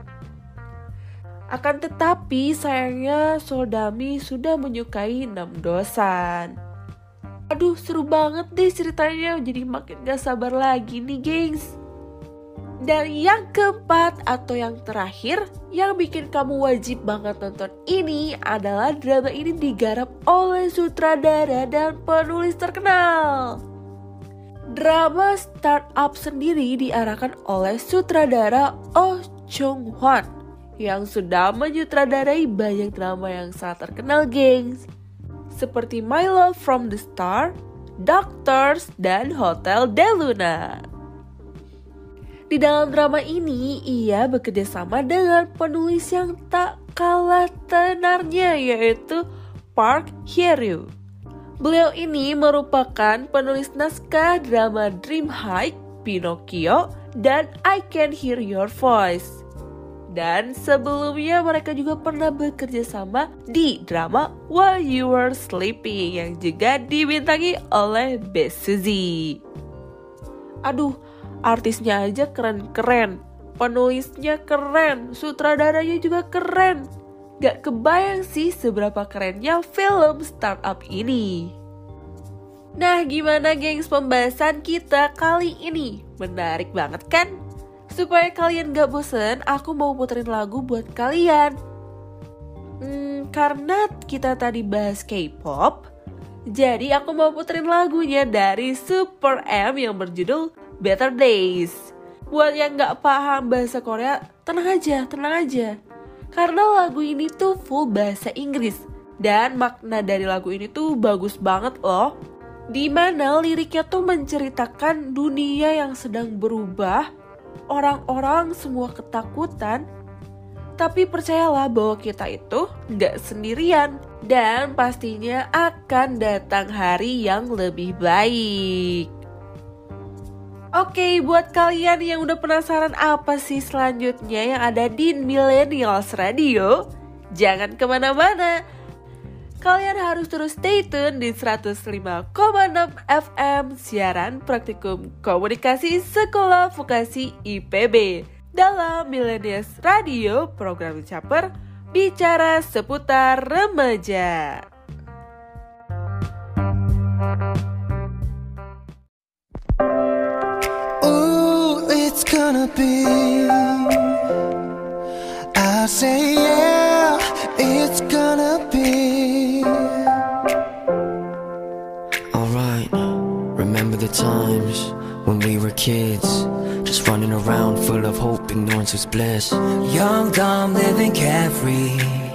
Speaker 6: Akan tetapi sayangnya Soldami sudah menyukai Namdosan. Aduh seru banget deh ceritanya, jadi makin gak sabar lagi nih gengs. Dan yang keempat atau yang terakhir yang bikin kamu wajib banget nonton ini adalah drama ini digarap oleh sutradara dan penulis terkenal. Drama Startup sendiri diarahkan oleh sutradara Oh Chung Hwan yang sudah menyutradarai banyak drama yang sangat terkenal gengs, seperti My Love from the Star, Doctors, dan Hotel Del Luna. Di dalam drama ini, ia bekerja sama dengan penulis yang tak kalah tenarnya, yaitu Park Hye-ryu. Beliau ini merupakan penulis naskah drama Dream High, Pinocchio, dan I Can Hear Your Voice. Dan sebelumnya mereka juga pernah bekerja sama di drama While You Were Sleeping yang juga dibintangi oleh Bae Suzy. Aduh, artisnya aja keren-keren, penulisnya keren, sutradaranya juga keren. Gak kebayang sih seberapa kerennya film Startup ini. Nah gimana gengs pembahasan kita kali ini? Menarik banget kan? Supaya kalian gak bosen, aku mau puterin lagu buat kalian. Karena kita tadi bahas K-pop, jadi aku mau puterin lagunya dari Super M yang berjudul Better Days. Buat yang gak paham bahasa Korea, tenang aja. Karena lagu ini tuh full bahasa Inggris. Dan makna dari lagu ini tuh bagus banget loh. Dimana liriknya tuh menceritakan dunia yang sedang berubah. Orang-orang semua ketakutan. Tapi percayalah bahwa kita itu gak sendirian. Dan pastinya akan datang hari yang lebih baik. Oke, buat kalian yang udah penasaran apa sih selanjutnya yang ada di Millennials Radio, jangan kemana-mana. Kalian harus terus stay tune di 105,6 FM siaran praktikum komunikasi Sekolah Vokasi IPB. Dalam Millennials Radio, program Caper bicara seputar remaja.
Speaker 8: It's gonna be, I say yeah, it's gonna be.
Speaker 9: Alright, remember the times when we were kids, just running around full of hope, ignorance was bliss.
Speaker 8: Young, dumb, living carefree.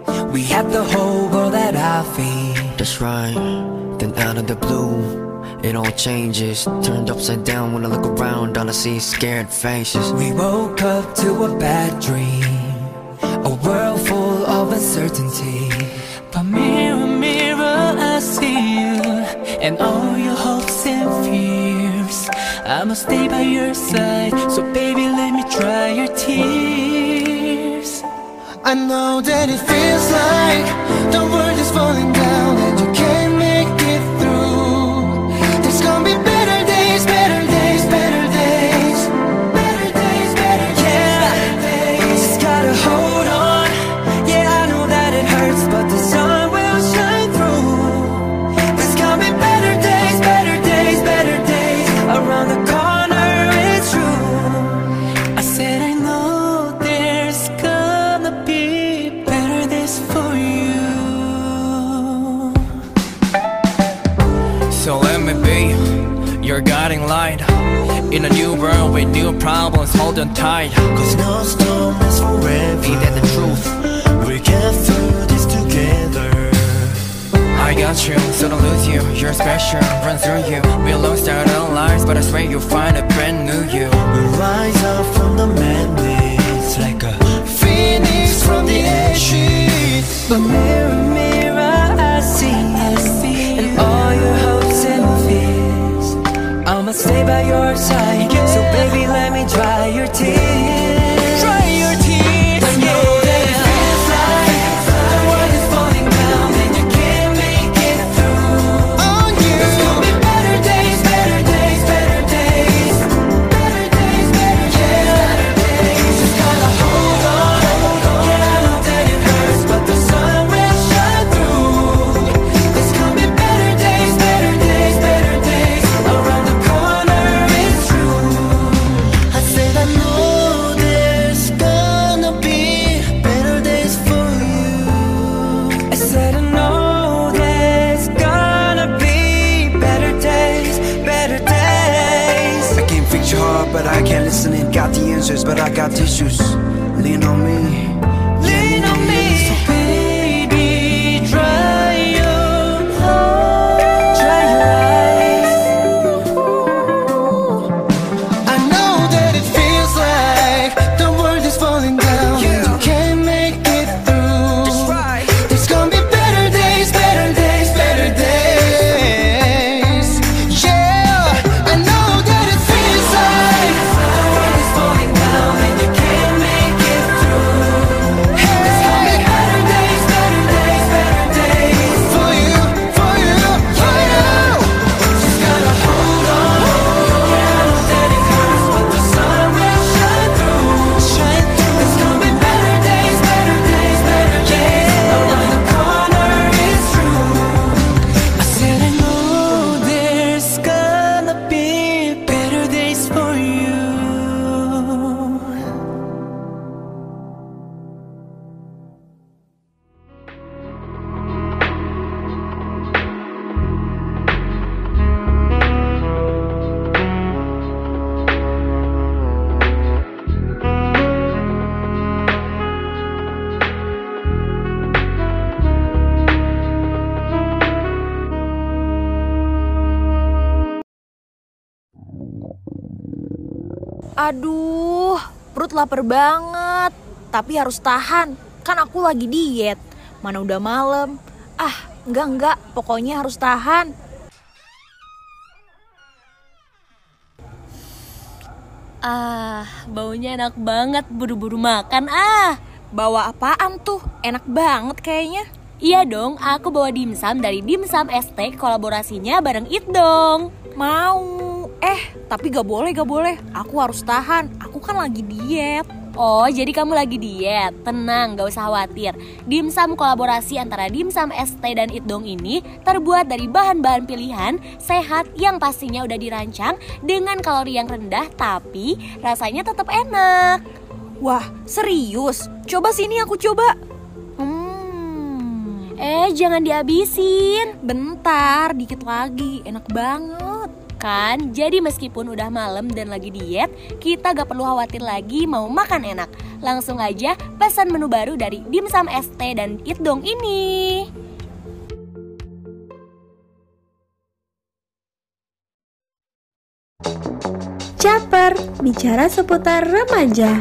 Speaker 9: We had the whole world at our feet. That's right. Then out of the blue, it all changes. Turned upside down when I look around, all I see is scared faces. We woke up to a bad dream, a world full of uncertainty. But mirror, mirror, I see you and all your hopes and fears. I'ma stay by your side, so baby let me dry your tears.
Speaker 8: I know that it feels like the world is falling down and you can't make it through. There's gonna be better days, better days, better days, better days, better days, better days.
Speaker 9: Just gotta hold on. Yeah, I know that it hurts, but the sun will shine through. There's gonna be better days, better days, better days. Around the corner, it's true. I said I know there's gonna be better days for you. So let me be your guiding light in a new world with new problems. Hold on tight,
Speaker 8: Cause no storm lasts forever.
Speaker 9: ain't that the truth?
Speaker 8: We get through this together.
Speaker 9: I got you, so don't lose you. You're special, run through you. We lost our own lives, but I swear you'll find a brand new you.
Speaker 8: We rise up from the madness like a phoenix from the ashes.
Speaker 9: But mirror, mirror, I see you and all your hopes and fears. I'ma stay by your side, so baby let me dry your tears. Dry your tears. I know that it feels like the world is falling down and you can't make it through.
Speaker 8: On you.
Speaker 9: There's gonna be better days, better days, better days, better days, better days. Just gotta hold on. Yeah, I know that it hurts, but the sun will shine through. There's gonna be better days, better days, better days. Around the corner, it's true.
Speaker 8: I said I know there's gonna be better days for you.
Speaker 9: I said I know there's gonna be better days, better days.
Speaker 10: I can't fix your heart, but I can listen and got the answers, but I got tissues. Lean on me.
Speaker 9: Lean on me, so baby, dry your eyes.
Speaker 8: I know that it feels like the world is falling down and you can't make it through. There's gonna be better days, better days, better days. Yeah, I know that it feels like
Speaker 9: The world is falling down and you can't make it through. There's gonna be better days, better days, better days.
Speaker 8: for you, for you, for you.
Speaker 9: Just gotta hold on. Yeah, I know that it hurts, but the sun will shine through. There's gonna be better days, better days, better days. Around the corner, it's true. I said I know there's gonna be better days for you.
Speaker 11: Aduh, perut lapar banget. Tapi harus tahan, kan aku lagi diet. Mana udah malam. Enggak, pokoknya harus tahan.
Speaker 1: Baunya enak banget, buru-buru makan
Speaker 11: Bawa apaan tuh? Enak banget kayaknya.
Speaker 1: Iya dong, aku bawa dimsum dari Dimsum ST, kolaborasinya bareng Eat Dong.
Speaker 11: Mau. Tapi gak boleh. Aku harus tahan. Aku kan lagi diet.
Speaker 1: Oh, jadi kamu lagi diet? Tenang, gak usah khawatir. Dimsum kolaborasi antara Dimsum ST dan Eat Dong ini terbuat dari bahan-bahan pilihan sehat yang pastinya udah dirancang dengan kalori yang rendah tapi rasanya tetap enak.
Speaker 11: Wah, serius? Coba sini aku coba.
Speaker 1: Jangan dihabisin.
Speaker 11: Bentar, dikit lagi. Enak banget.
Speaker 1: kan? Jadi meskipun udah malam dan lagi diet, kita gak perlu khawatir lagi mau makan enak. Langsung aja pesan menu baru dari Dimsum ST dan Itdong ini.
Speaker 2: Caper, bicara seputar remaja.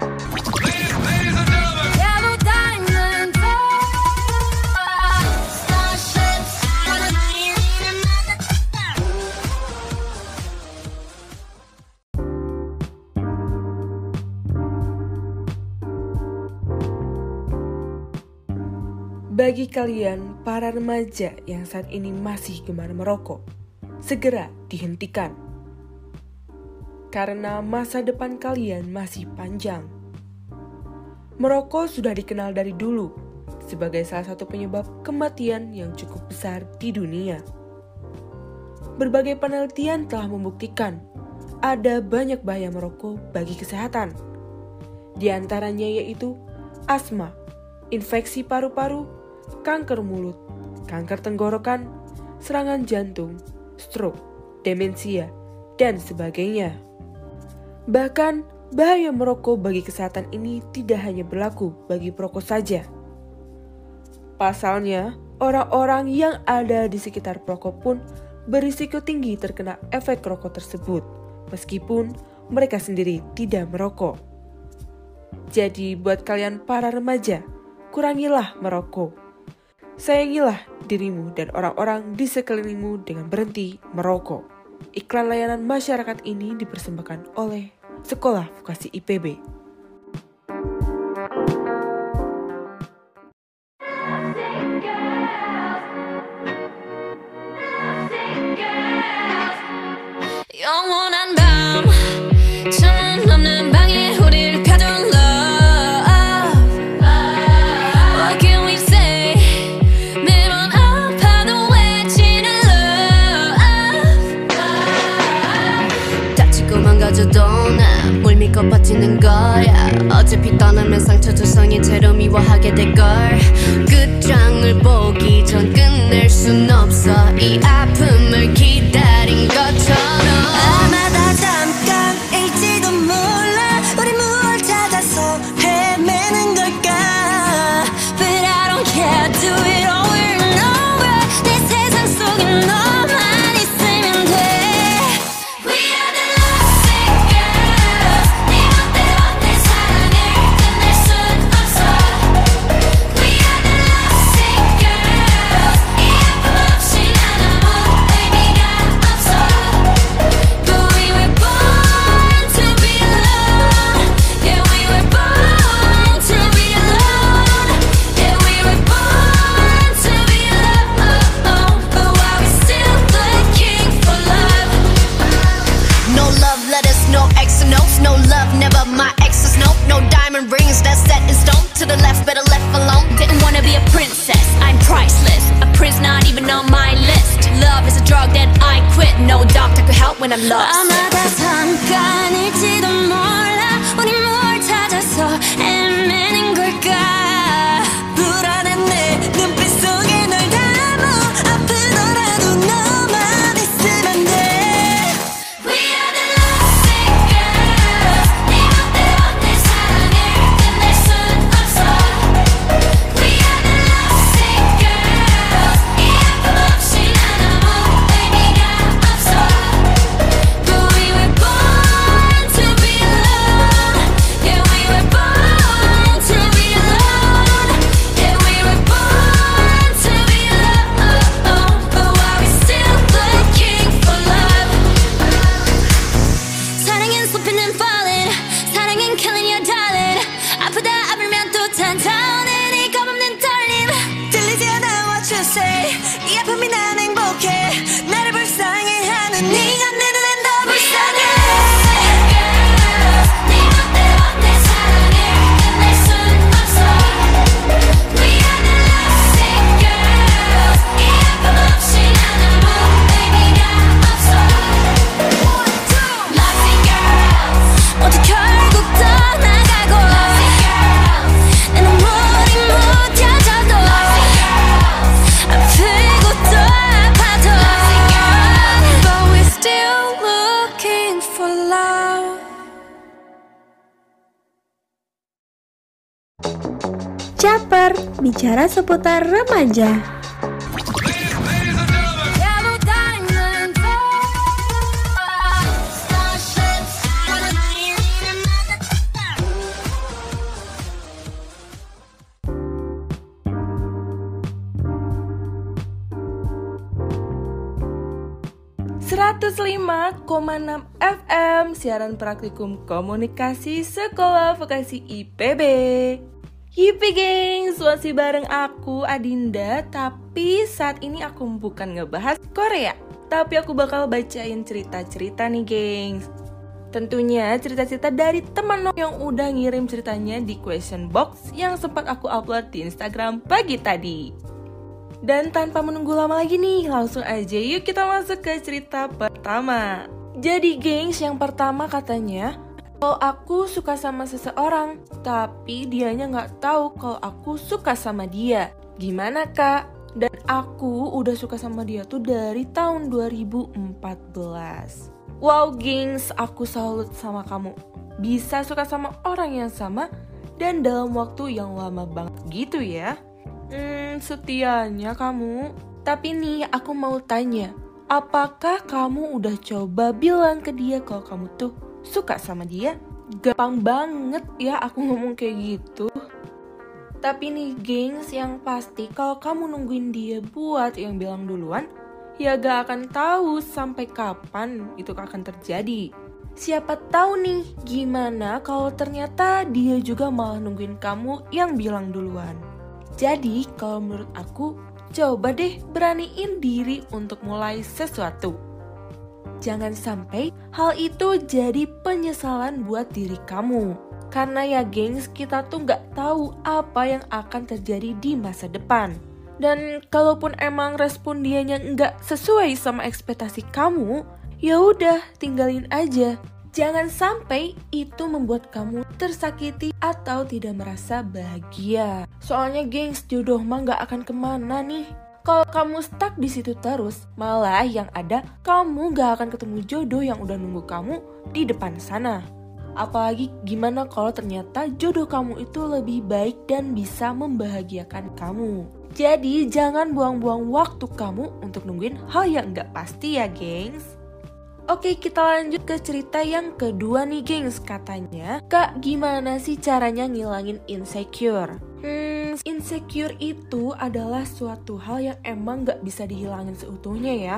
Speaker 6: Bagi kalian para remaja yang saat ini masih gemar merokok, segera dihentikan. Karena masa depan kalian masih panjang. Merokok sudah dikenal dari dulu sebagai salah satu penyebab kematian yang cukup besar di dunia. Berbagai penelitian telah membuktikan ada banyak bahaya merokok bagi kesehatan. Di antaranya yaitu asma, infeksi paru-paru, kanker mulut, kanker tenggorokan, serangan jantung, stroke, demensia, dan sebagainya. Bahkan, bahaya merokok bagi kesehatan ini tidak hanya berlaku bagi perokok saja. Pasalnya, orang-orang yang ada di sekitar perokok pun berisiko tinggi terkena efek rokok tersebut, meskipun mereka sendiri tidak merokok. Jadi, buat kalian para remaja, kurangilah merokok. Sayangilah dirimu dan orang-orang di sekelilingmu dengan berhenti merokok. Iklan layanan masyarakat ini dipersembahkan oleh Sekolah Vokasi IPB.
Speaker 4: 영원한 밤 창문 없는 방에 우릴 가둔 love. What can we say? 매번 아파도 외치는 love. 다치고 망가져도 나 물 믿고 버티는 거야. 어차피 떠나면 상처 조성이 채로 미워하게 될걸. 끝장을 보기 전 끝낼 순 없어. 이 아픔을 기다린 것처럼. 아마 다 잠깐일지도 몰라. 우리 무얼 찾아서 헤매는 걸까. But I don't care. Do it over and over. 내 세상 속에 너만 있으면 돼. We are the lovesick girls. 네 멋대로 내 사랑을 끝낼 순 없어. We are the lovesick girls. 이 아픔 없이 난 아무 의미가 없어. But we were born to be alone. Yeah, we were born to be alone. Yeah, we were born to be alone. But why we still looking for love? No love letters, no X and notes, no love, never my exes, no. No diamond rings that's set in stone. To the left, better left alone. Didn't wanna be a princess, I'm priceless. A prince not even on my list. Love is a drug that I quit. No doctor could help when I'm lost. 아마 다 잠깐일지도 몰라. 우리 뭘 찾아서 헤매는 걸까. 불안한 내 눈빛 속에 널 담아. 아프더라도 너만 있으면 돼. We are the lovesick girls. 네 멋대로 내 사랑을 끝낼 순 없어. We are the lovesick girls. 이 아픔 없이 난 아무 의미가 없어. But we were born to be alone. Yeah, we were born to be alone. Yeah, we were born to be alone. But why we still looking for love? 사랑은 slipping and falling. 사랑은 killing your darling. 아프다 아프면 또 찾아오는 이 겁없는 떨림. 들리지 않아 what you say. 이 아픔이 난 행복해. 나를 불쌍해하는 네가 내 눈엔 더 불쌍해. 네 멋대로 내 사랑을 끝낼 순 없어. We are the lovesick girls. 이 아픔 없이 난 아무 의미가 없어. Lovesick girls. 모두 결국 떠나가고. Lovesick girls. 내 눈물이 묻혀져도. Lovesick girls. 아프고 또
Speaker 2: Caper, bicara seputar remaja.
Speaker 6: .6 FM siaran praktikum komunikasi Sekolah Vokasi IPB. Yippee gengs, masih bareng aku Adinda. Tapi saat ini aku bukan ngebahas Korea, tapi aku bakal bacain cerita-cerita nih gengs. Tentunya cerita-cerita dari teman yang udah ngirim ceritanya di question box yang sempat aku upload di Instagram pagi tadi. Dan tanpa menunggu lama lagi nih, langsung aja yuk kita masuk ke cerita pertama. Jadi gengs, yang pertama katanya, kalau aku suka sama seseorang, tapi dianya gak tahu kalau aku suka sama dia. Gimana kak? Dan aku udah suka sama dia tuh dari tahun 2014. Wow gengs, aku salut sama kamu. Bisa suka sama orang yang sama dan dalam waktu yang lama banget gitu ya. Setianya kamu. Tapi nih aku mau tanya, apakah kamu udah coba bilang ke dia kalau kamu tuh suka sama dia? Gampang banget ya aku ngomong kayak gitu. Tapi nih gengs, yang pasti kalau kamu nungguin dia buat yang bilang duluan, ya gak akan tahu sampai kapan itu akan terjadi. Siapa tahu nih gimana kalau ternyata dia juga malah nungguin kamu yang bilang duluan. Jadi kalau menurut aku, coba deh beraniin diri untuk mulai sesuatu. Jangan sampai hal itu jadi penyesalan buat diri kamu. Karena ya gengs, kita tuh gak tahu apa yang akan terjadi di masa depan. Dan kalaupun emang respon dianya gak sesuai sama ekspektasi kamu, ya udah tinggalin aja. Jangan sampai itu membuat kamu tersakiti atau tidak merasa bahagia. Soalnya gengs, jodoh mah gak akan kemana nih. Kalau kamu stuck di situ terus, malah yang ada kamu gak akan ketemu jodoh yang udah nunggu kamu di depan sana. Apalagi gimana kalau ternyata jodoh kamu itu lebih baik dan bisa membahagiakan kamu. Jadi jangan buang-buang waktu kamu untuk nungguin hal yang gak pasti ya gengs. Oke, kita lanjut ke cerita yang kedua nih gengs. Katanya, kak gimana sih caranya ngilangin insecure? Insecure itu adalah suatu hal yang emang gak bisa dihilangin seutuhnya ya.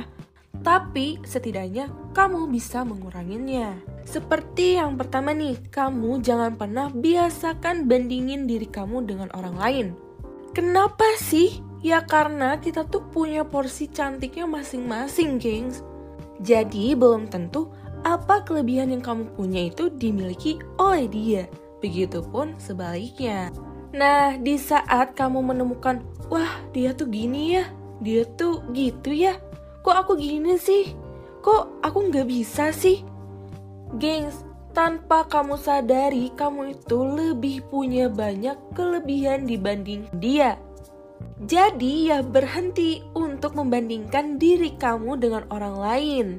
Speaker 6: Tapi setidaknya kamu bisa menguranginnya. Seperti yang pertama nih, kamu jangan pernah biasakan bandingin diri kamu dengan orang lain. Kenapa sih? Ya karena kita tuh punya porsi cantiknya masing-masing gengs. Jadi belum tentu apa kelebihan yang kamu punya itu dimiliki oleh dia. Begitupun sebaliknya. Nah, di saat kamu menemukan, wah dia tuh gini ya, dia tuh gitu ya, kok aku gini sih, kok aku gak bisa sih? Gengs, tanpa kamu sadari kamu itu lebih punya banyak kelebihan dibanding dia. Jadi ya berhenti untuk membandingkan diri kamu dengan orang lain.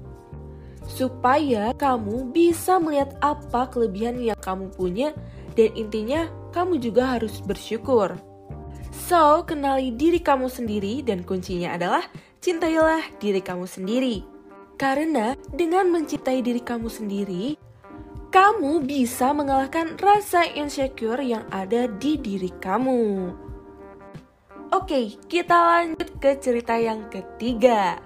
Speaker 6: Supaya kamu bisa melihat apa kelebihan yang kamu punya dan intinya kamu juga harus bersyukur. So, kenali diri kamu sendiri dan kuncinya adalah cintailah diri kamu sendiri. Karena dengan mencintai diri kamu sendiri, kamu bisa mengalahkan rasa insecure yang ada di diri kamu. Oke, kita lanjut ke cerita yang ketiga.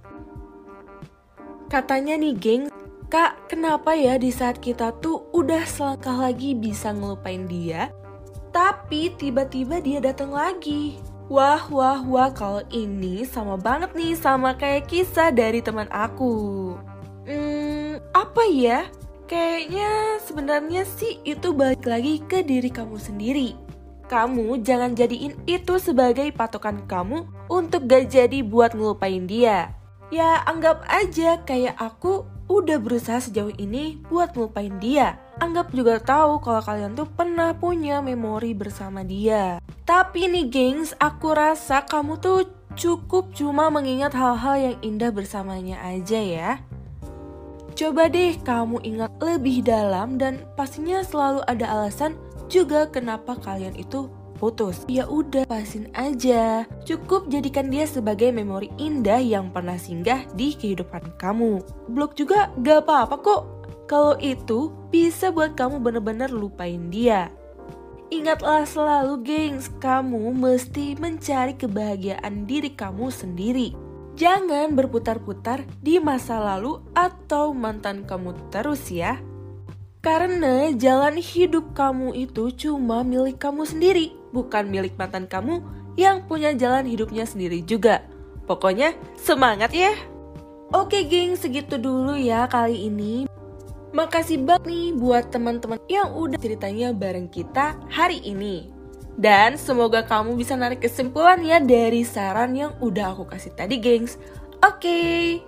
Speaker 6: Katanya nih geng, kak kenapa ya di saat kita tuh udah selangkah lagi bisa ngelupain dia, tapi tiba-tiba dia datang lagi. Wah, kalau ini sama banget nih sama kayak kisah dari teman aku. Apa ya? Kayaknya sebenarnya sih itu balik lagi ke diri kamu sendiri. Kamu jangan jadiin itu sebagai patokan kamu untuk gak jadi buat ngelupain dia. Ya anggap aja kayak aku udah berusaha sejauh ini buat ngelupain dia. Anggap juga tahu kalau kalian tuh pernah punya memori bersama dia. Tapi nih gengs, aku rasa kamu tuh cukup cuma mengingat hal-hal yang indah bersamanya aja ya. Coba deh kamu ingat lebih dalam dan pastinya selalu ada alasan juga kenapa kalian itu putus. Ya udah, pasin aja. Cukup jadikan dia sebagai memori indah yang pernah singgah di kehidupan kamu. Blok juga gak apa-apa kok. Kalau itu bisa buat kamu bener-bener lupain dia. Ingatlah selalu gengs, kamu mesti mencari kebahagiaan diri kamu sendiri. Jangan berputar-putar di masa lalu atau mantan kamu terus ya. Karena jalan hidup kamu itu cuma milik kamu sendiri, bukan milik mantan kamu yang punya jalan hidupnya sendiri juga. Pokoknya semangat ya. Oke geng, segitu dulu ya kali ini. Makasih banget nih buat teman-teman yang udah ceritanya bareng kita hari ini. Dan semoga kamu bisa narik kesimpulan ya dari saran yang udah aku kasih tadi gengs. Oke.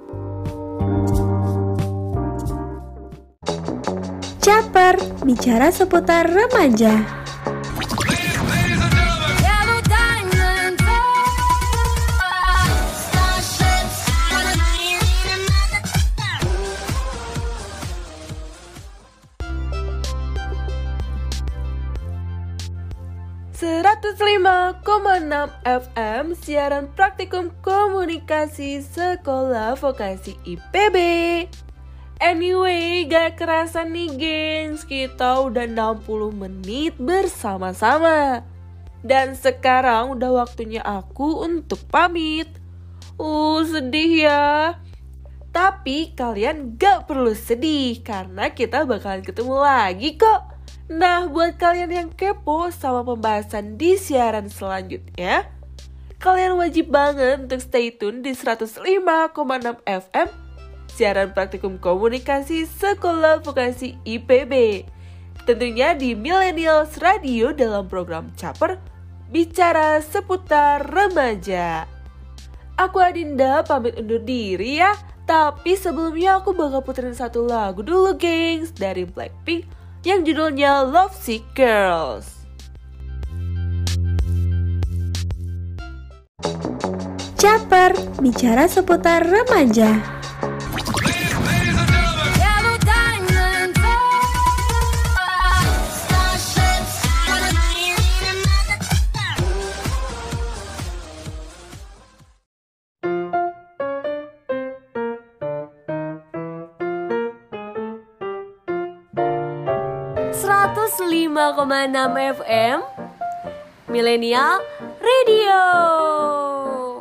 Speaker 2: Caper, bicara seputar remaja.
Speaker 6: .6 FM siaran praktikum komunikasi Sekolah Vokasi IPB. Anyway, gak kerasa nih gengs, kita udah 60 menit bersama-sama. Dan sekarang udah waktunya aku untuk pamit. Sedih ya. Tapi kalian gak perlu sedih, karena kita bakalan ketemu lagi kok. Nah, buat kalian yang kepo sama pembahasan di siaran selanjutnya, kalian wajib banget untuk stay tune di 105,6 FM siaran praktikum komunikasi Sekolah Vokasi IPB. Tentunya di Millennials Radio dalam program Caper, bicara seputar remaja. Aku Adinda pamit undur diri ya. Tapi sebelumnya aku bakal puterin satu lagu dulu gengs dari Blackpink yang judulnya Lovesick Girls.
Speaker 2: Caper, bicara seputar remaja.
Speaker 1: .6 FM Millennial Radio.